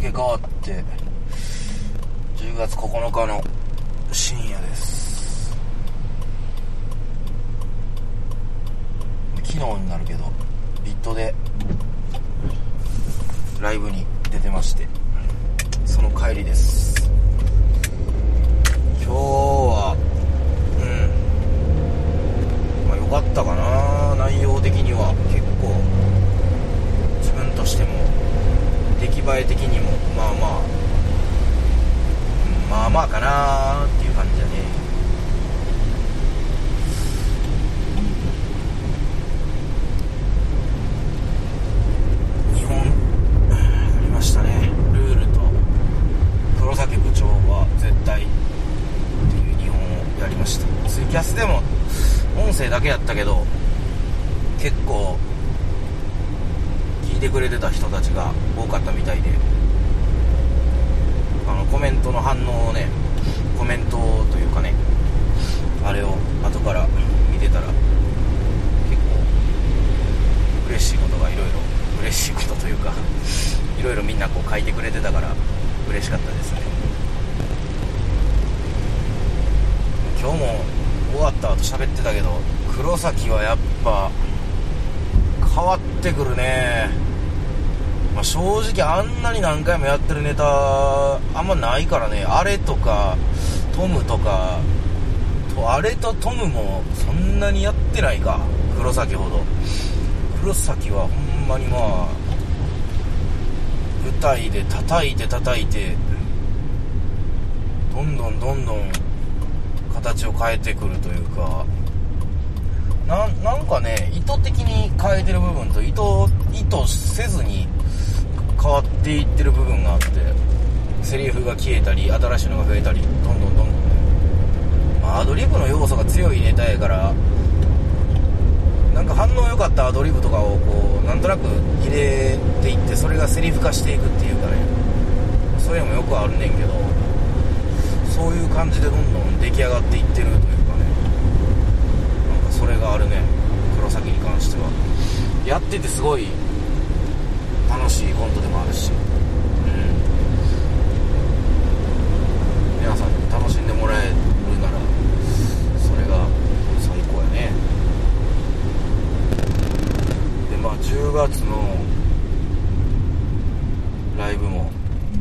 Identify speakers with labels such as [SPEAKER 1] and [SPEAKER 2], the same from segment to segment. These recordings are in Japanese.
[SPEAKER 1] け替わって10月9日の深夜です。昨日になるけどビットでライブに出てまして、その帰りです。今日はまあ良かったかな。内容的には結構自分としても出来栄え的にもまあまあかなっていう感じだね。日本ありましたね。ルールと黒崎部長は絶対っていう日本をやりました。ツイキャスでも音声だけやったけど結構聞いてくれてた人たちが多かったみたいで、コメントの反応をね、コメントというかね、あれを後から見てたら結構嬉しいことがいろいろ、嬉しいことというかいろいろみんなこう書いてくれてたから嬉しかったですね。今日も終わった後喋ってたけど、黒崎はやっぱ変わってくるね。正直あんなに何回もやってるネタあんまないからね。あれとかトムとかあれとトムもそんなにやってないか、黒崎ほど。黒崎はほんまにまあ舞台で叩いてどんどん形を変えてくるというか、なんかね、意図的に変えてる部分と意図せずに変わっていってる部分があって、セリフが消えたり新しいのが増えたり、どんどんね、アドリブの要素が強いネタやから、なんか反応良かったアドリブとかをこうなんとなく入れていって、それがセリフ化していくっていうかね、そういうのもよくあるねんけど、そういう感じでどんどん出来上がっていってるというかね、なんかそれがあるね、黒崎に関しては。やっててすごい楽しいコントでもあるし、皆さんに楽しんでもらえるならそれが最高やね。でまあ10月のライブも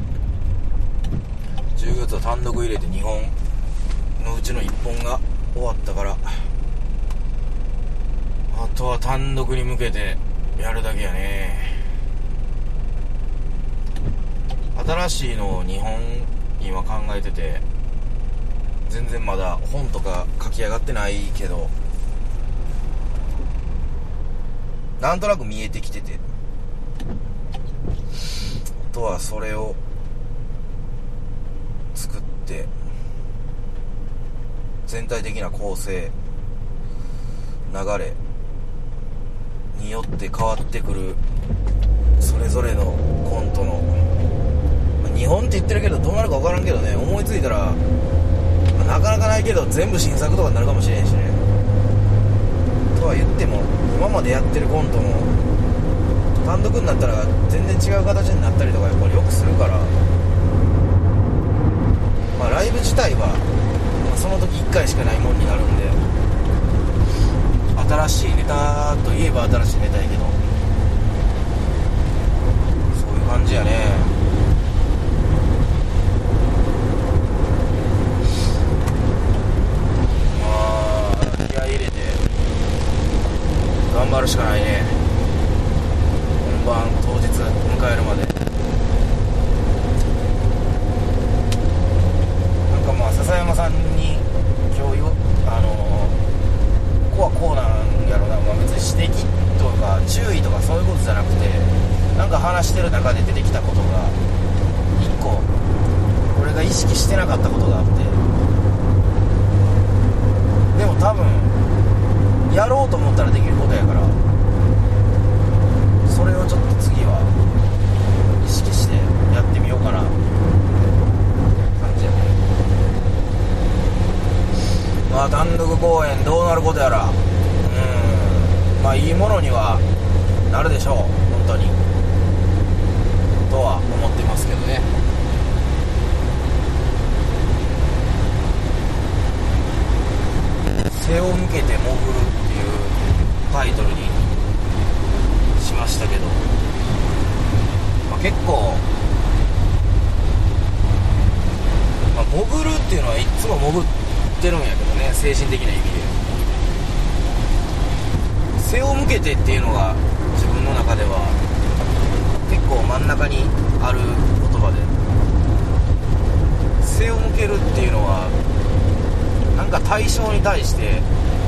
[SPEAKER 1] 10月は単独入れて2本のうちの1本が終わったから、あとは単独に向けてやるだけやね。新しいのを2本今考えてて、全然まだ本とか書き上がってないけど、なんとなく見えてきてて、あとはそれを作って全体的な構成、流れによって変わってくるそれぞれのコントの、日本って言ってるけどどうなるか分からんけどね、思いついたら、なかなかないけど全部新作とかになるかもしれんしね。とは言っても今までやってるコントも単独になったら全然違う形になったりとかやっぱりよくするから、まあライブ自体はその時1回しかないもんになるんで、新しいネタといえば新しいネタやけど、そういう感じやね。頑張るしかないね。本番当日迎えるまで。なんかまあ笹山さんに今日ここはこうなんやろな、まあ、別に指摘とか注意とかそういうことじゃなくて、なんか話してる中で出てきたことが一個俺が意識してなかったことがあって、でも多分やろうと思ったらできることやから、それをちょっと次は意識してやってみようかな感じやね。まあ単独公演どうなることやら、まあいいものにはなるでしょう本当に。ととは思ってますけどね。背を向けて潜るっていうタイトルにしましたけど、結構、潜るっていうのはいつも潜ってるんやけどね、精神的な意味で。背を向けてっていうのが自分の中では結構真ん中にある言葉で、背を向けるっていうのはなんか対象に対して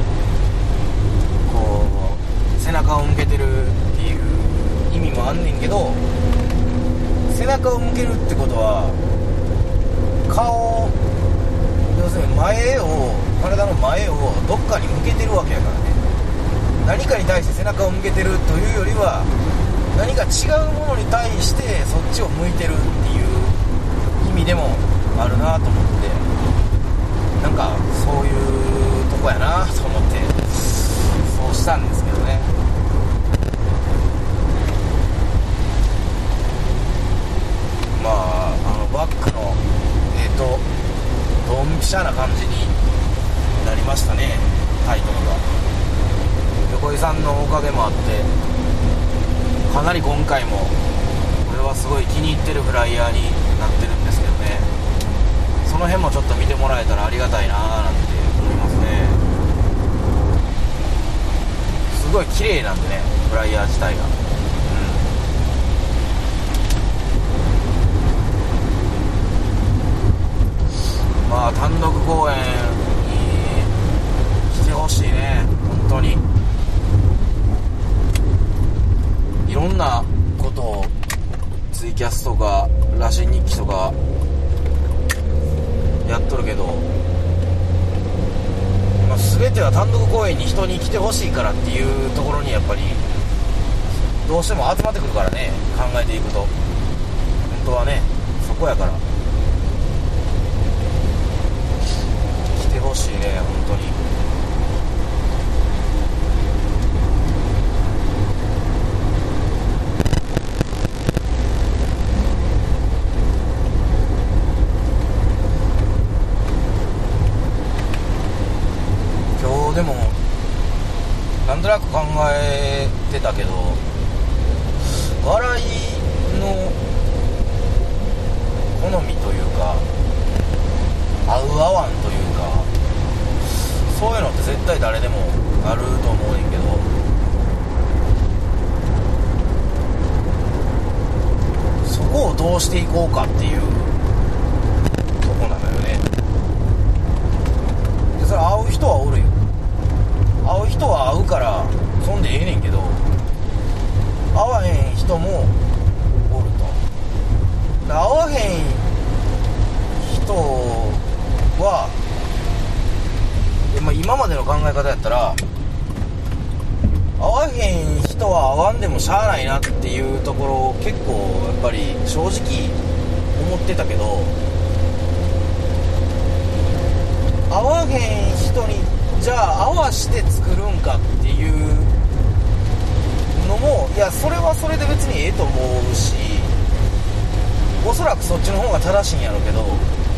[SPEAKER 1] こう背中を向けてるっていう意味もあんねんけど、背中を向けるってことは顔、要するに前を、体の前をどっかに向けてるわけやからね。何かに対して背中を向けてるというよりは、何か違うものに対してそっちを向いてるっていう意味でもあるなと思って、なんかそういうとこやなと思ってそうしたんですけどね。バックのドンピシャな感じになりましたね、タイトルが。横井さんのおかげもあって、かなり今回も俺はすごい気に入ってるフライヤーになってるんですけどね。その辺もちょっと見てもらえたらありがたいなーなんて思いますね。すごい綺麗なんでね、フライヤー自体が。単独公演に来てほしいね、本当に。いろんなことをツイキャスとか羅針日記とかやっとるけど、全ては単独公演に人に来てほしいからっていうところにやっぱりどうしても集まってくるからね、考えていくと。本当はね、そこやから来てほしいね、本当に。今日でもなんとなく考えてたけど、笑いの好みというか合う合わんというか、そういうのって絶対誰でもあると思うねんけど、そこをどうしていこうかっていうとこなのよね。でそれ合う人はおるよ、合う人は合うからそんでええねんけど、合わへん人もおると。合わへん人は、今までの考え方やったら、合わへん人は合わんでもしゃあないなっていうところを結構やっぱり正直思ってたけど、合わへん人にじゃあ合わして作るんかっていうのも、いやそれはそれで別にええと思うし、おそらくそっちの方が正しいんやろうけど、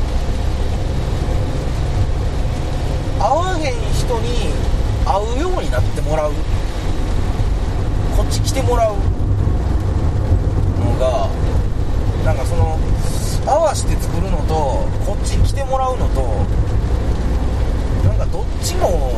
[SPEAKER 1] 合わへん人に合うようになってもらう、こっち来てもらうのが、なんかその合わして作るのとこっち来てもらうのと、なんかどっちも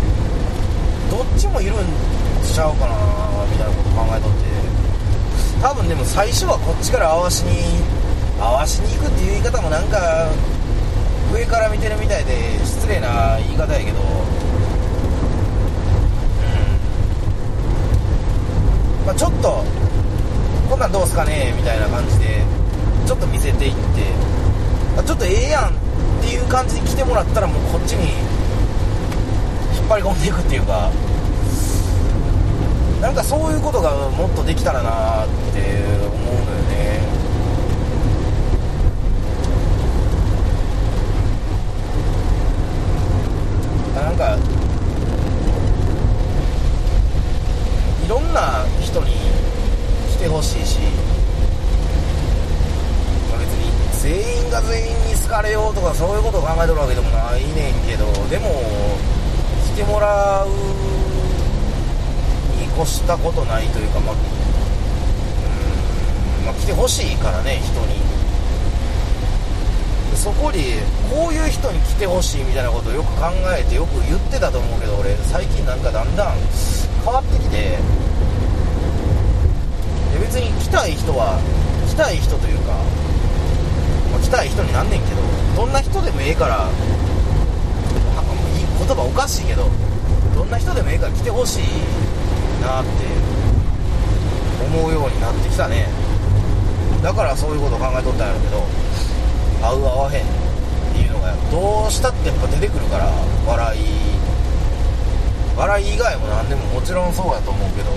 [SPEAKER 1] いるんちゃうかなみたいなこと考えとって、多分でも最初はこっちから合わしに行くっていう言い方もなんか上から見てるみたいで失礼な言い方やけど、ちょっとこんなんどうすかねみたいな感じでちょっと見せていって、ちょっとええやんっていう感じに来てもらったら、もうこっちに引っ張り込んでいくっていうか、なんかそういうことがもっとできたらなって思うのよね。なんかいろんな人に来てほしいし、 全員が全員に好かれようとかそういうことを考えとるわけでもないねんけど、でも来てもらうに越したことないというか、来てほしいからね、人に。そこにこういう人に来てほしいみたいなことをよく考えてよく言ってたと思うけど、俺最近なんかだんだん変わってきて、別に来たい人は来たい人というか、来たい人になんねんけど、どんな人でもええから、言葉おかしいけど、どんな人でもええから来てほしいなって思うようになってきたね。だからそういうことを考えとったんやろうけど、合う合わへんっていうのがどうしたってやっぱ出てくるから、笑い以外も何でももちろんそうやと思うけど、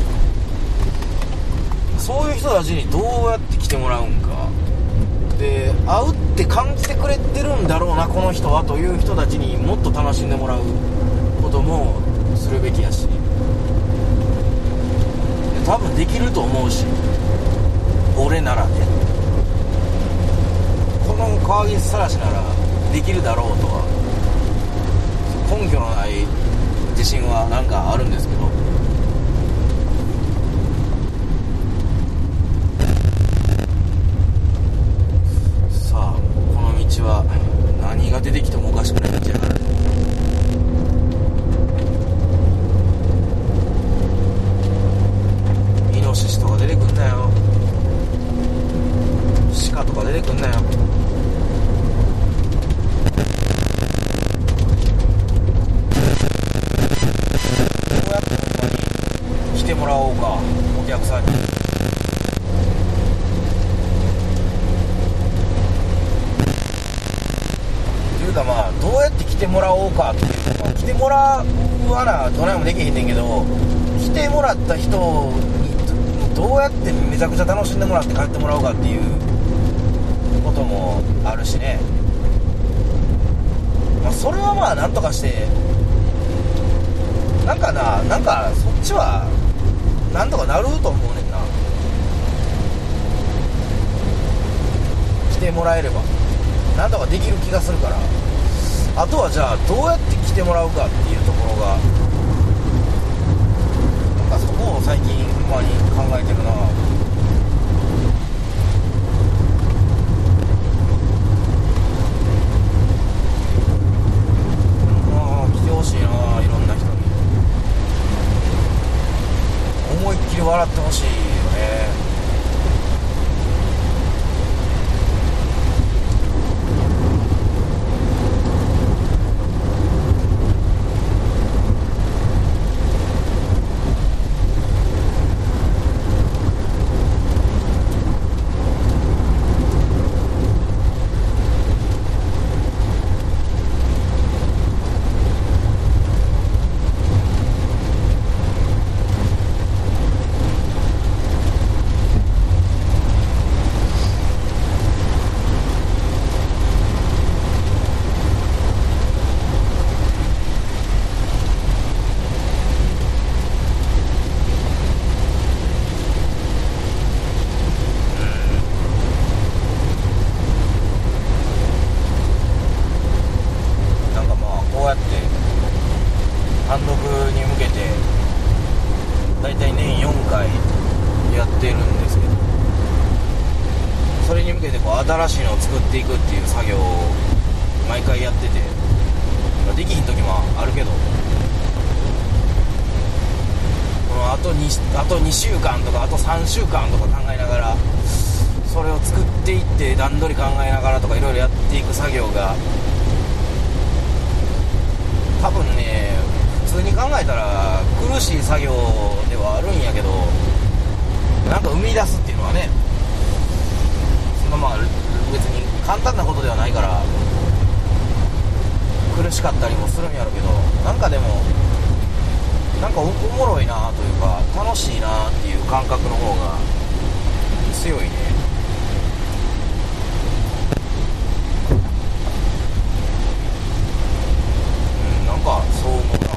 [SPEAKER 1] そういう人たちにどうやって来てもらうんかで、会うって感じてくれてるんだろうなこの人はという人たちにもっと楽しんでもらうこともするべきやし、多分できると思うし、俺ならね、この川岸さらしならできるだろうとは根拠のない自信はなんかあるんですけど、さあこの道は何が出てきてもおかしくない道やからね。イノシシとか出てくんなよ、鹿とか出てくんなよ。どうやってほんまに来てもらおうか、お客さんに。というかどうやって来てもらおうかっていうか、来てもらうわなどないもできへんねんけど、来てもらった人にどうやってめちゃくちゃ楽しんでもらって帰ってもらおうかっていうこともあるしね。それはなんとかしてなんかそっちはなんとかなると思うねんな。来てもらえればなんとかできる気がするから、あとはじゃあどうやって来てもらうかっていうところが、なんかそこを最近ほんまに考えてるな。来てほしいな、いろんな人に思いっきり笑ってほしいよね。単独に向けてだいたい年4回やってるんですけど、それに向けて新しいのを作っていくっていう作業を毎回やってて、できひん時もあるけど、あと 2週間とかあと3週間とか考えながらそれを作っていって、段取り考えながらとかいろいろやっていく作業が多分ね、普通に考えたら苦しい作業ではあるんやけど、なんか生み出すっていうのはね、そんな別に簡単なことではないから苦しかったりもするんやろうけど、なんかでもなんかおもろいなというか楽しいなっていう感覚の方が強いね。なんかそう思うな。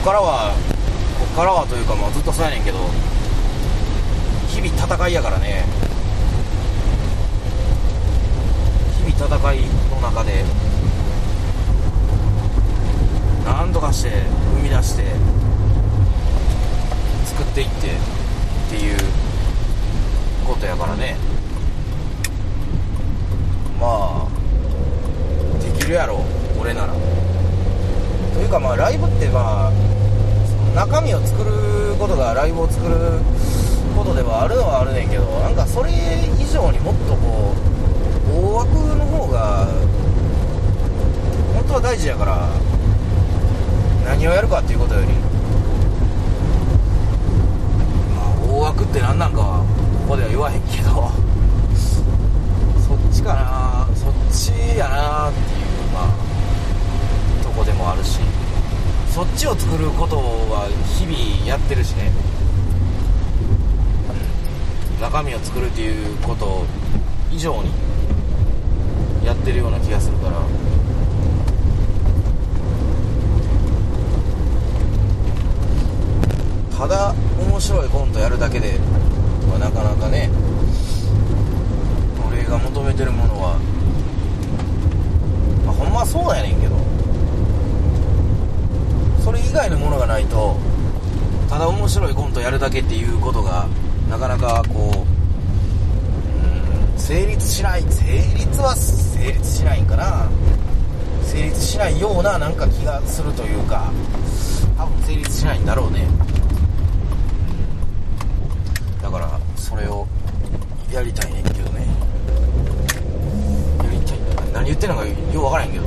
[SPEAKER 1] からはというか、まあずっとそうやねんけど、日々戦いやからね。日々戦いの中でなんとかして生み出して作っていってっていうことやからね。まあできるやろ俺なら。というか、まあライブって、まあその中身を作ることがライブを作ることではあるのはあるねんけど、なんかそれ以上にもっとこう大枠の方が本当は大事やから、何をやるかっていうことより、まあ大枠って何なんかはここでは言わへんけど、そっちかな、そっちやなっていう、まあとこでもあるし、そっちを作ることは日々やってるしね。中身を作るっていうこと以上にやってるような気がするから、ただ面白いコントやるだけではなかなかね、俺が求めてるものは、まあ、ほんまはそうやねんけど、それ以外のものがないと、ただ面白いコントやるだけっていうことがなかなかこう、成立しない。成立しないんかな。成立しないようななんか気がするというか、多分成立しないんだろうね。だからそれをやりたいねんけどね。やりたいんだ。何言ってんのかようわからへんけど。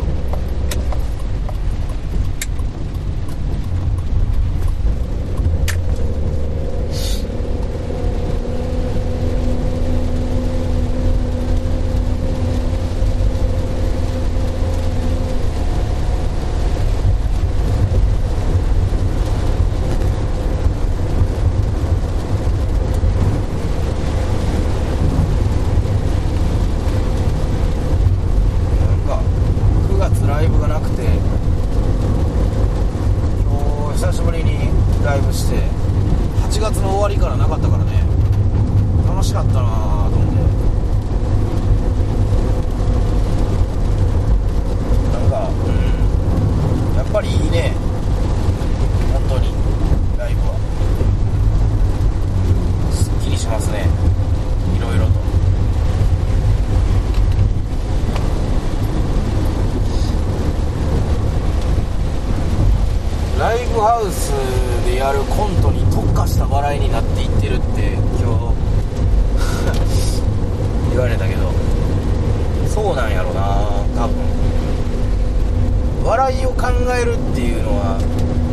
[SPEAKER 1] ハウスでやるコントに特化した笑いになっていってるって今日言われたけど、そうなんやろな。多分笑いを考えるっていうのは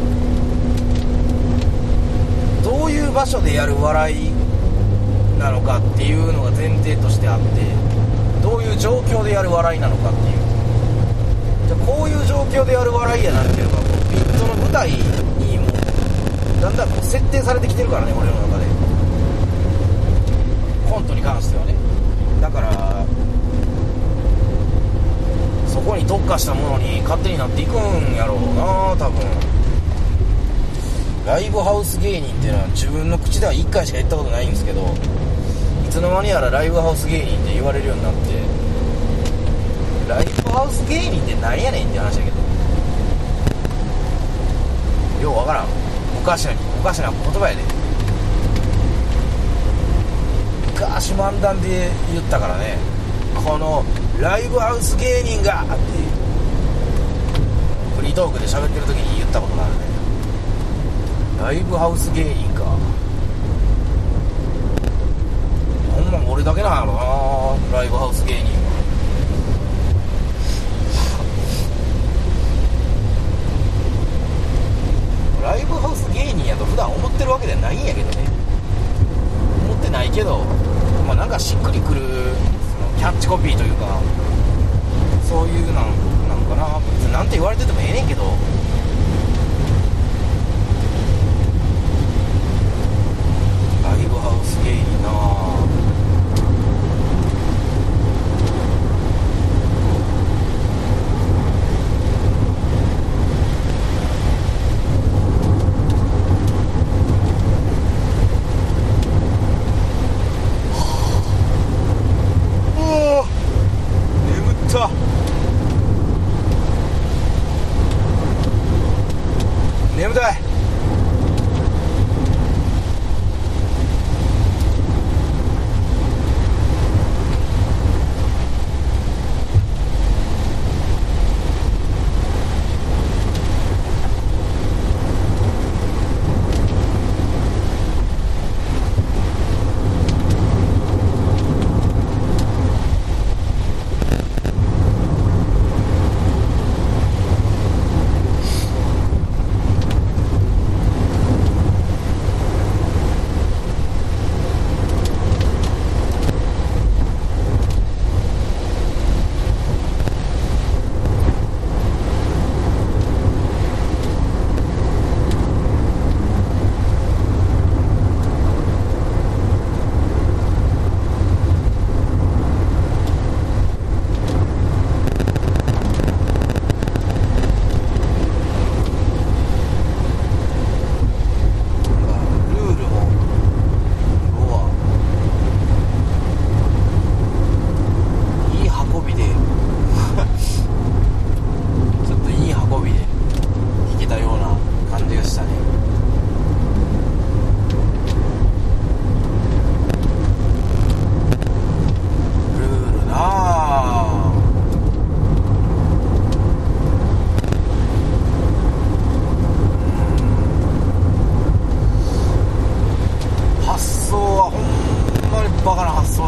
[SPEAKER 1] どういう場所でやる笑いなのかっていうのが前提としてあって、どういう状況でやる笑いなのかっていう、じゃあこういう状況でやる笑いやなっていうのがビットの舞台にもだんだんこう設定されてきてるからね、俺の中でコントに関してはね。だからそこに特化したものに勝手になっていくんやろうな。多分ライブハウス芸人っていうのは自分の口では1回しか言ったことないんですけど、いつの間にやらライブハウス芸人って言われるようになって、ライブハウス芸人ってなんやねんって話だけど、ようわからん。おかしな言葉やで。昔漫談で言ったからね、このライブハウス芸人がってフリートークで喋ってる時に言ったことがあるね。ライブハウス芸人か、ほんま俺だけなんやろな、ライブハウス芸人は。ライブハウス芸人やと普段思ってるわけではないんやけどね。思ってないけど、まあなんかしっくりくるキャッチコピーというか、そういうなんかな。別になんて言われててもええねんけど、ライブハウス芸人なぁ。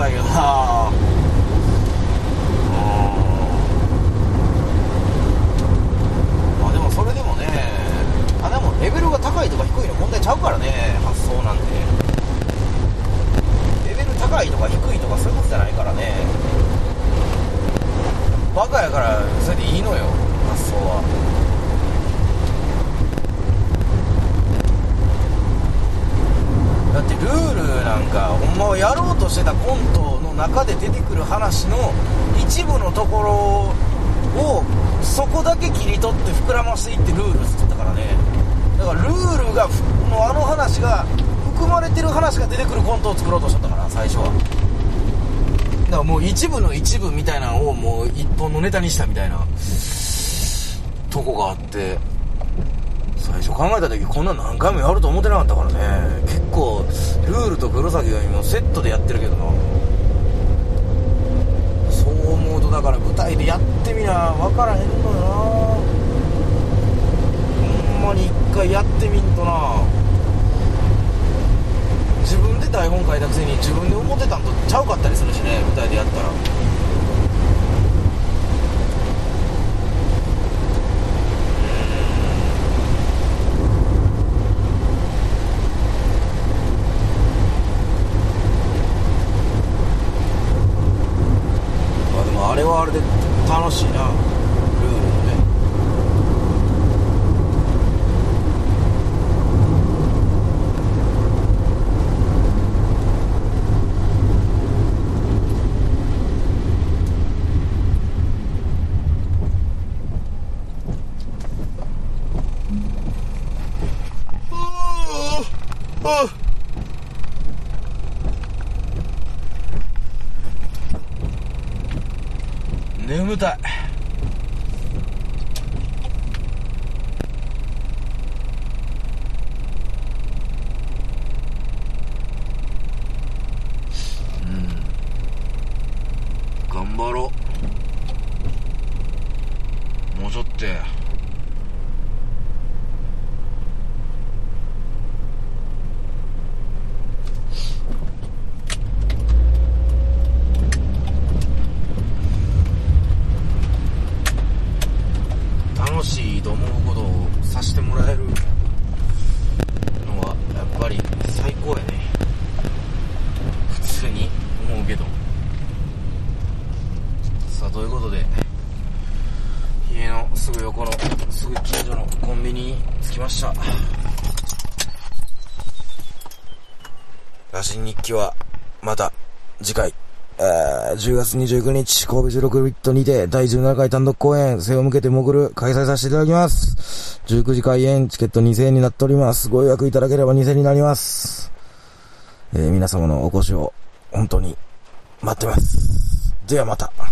[SPEAKER 1] そうやけどな。まあでもそれでもね、でもレベルが高いとか低いの問題ちゃうからね、発想なんて。レベル高いとか低いとかそういうことじゃないからね。バカやからそれでいいのよ、発想は。だってルールなんかほんまはやろうとしてたコントの中で出てくる話の一部のところをそこだけ切り取って膨らましていってルール作ったからね。だからルールがのあの話が含まれてる話が出てくるコントを作ろうとしとったから最初は。だからもう一部の一部みたいなのをもう一本のネタにしたみたいなとこがあって、最初考えた時こんな何回もやると思ってなかったからね。結構ルールと黒崎が今セットでやってるけどな。そう思うとだから舞台でやってみな分からへんのよな。ほんまに一回やってみんとな。自分で台本書いたくせに自分で思ってたんとちゃうかったりするしね、舞台でやったら。あれはあれで楽しいな、ルールもね。眠たい。頑張ろう。もうちょっとや。楽しいと思うことをさせてもらえるのはやっぱり最高やね。普通に思うけど。さあということで、家のすぐ横のすぐ近所のコンビニに着きました。羅針日記はまた次回10月29日神戸16ビットにて第17回単独公演背を向けて潜る開催させていただきます。19時開演、チケット2000円になっております。ご予約いただければ2000円になります。皆様のお越しを本当に待ってます。ではまた。